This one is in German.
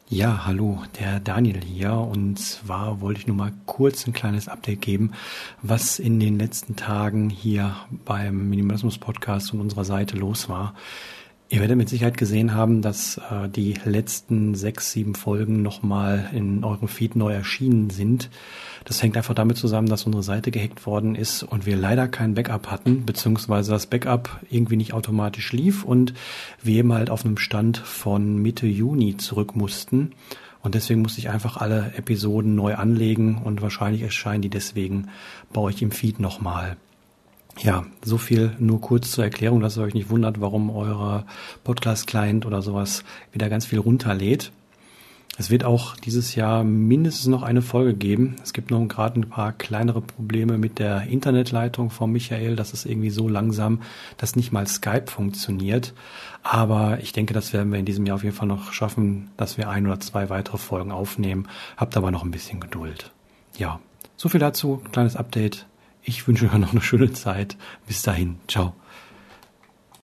Ja, hallo, der Daniel hier. Und zwar wollte ich nur mal kurz ein kleines Update geben, was in den letzten Tagen hier beim Minimalismus-Podcast und unserer Seite los war. Ihr werdet mit Sicherheit gesehen haben, dass die letzten 6, 7 Folgen nochmal in eurem Feed neu erschienen sind. Das hängt einfach damit zusammen, dass unsere Seite gehackt worden ist und wir leider kein Backup hatten, beziehungsweise das Backup irgendwie nicht automatisch lief und wir eben halt auf einem Stand von Mitte Juni zurück mussten. Und deswegen musste ich einfach alle Episoden neu anlegen und wahrscheinlich erscheinen die deswegen bei euch im Feed nochmal. Ja, so viel nur kurz zur Erklärung, dass ihr euch nicht wundert, warum euer Podcast-Client oder sowas wieder ganz viel runterlädt. Es wird auch dieses Jahr mindestens noch eine Folge geben. Es gibt noch gerade ein paar kleinere Probleme mit der Internetleitung von Michael. Das ist irgendwie so langsam, dass nicht mal Skype funktioniert. Aber ich denke, das werden wir in diesem Jahr auf jeden Fall noch schaffen, dass wir 1 oder 2 weitere Folgen aufnehmen. Habt aber noch ein bisschen Geduld. Ja, so viel dazu. Kleines Update. Ich wünsche euch noch eine schöne Zeit. Bis dahin. Ciao.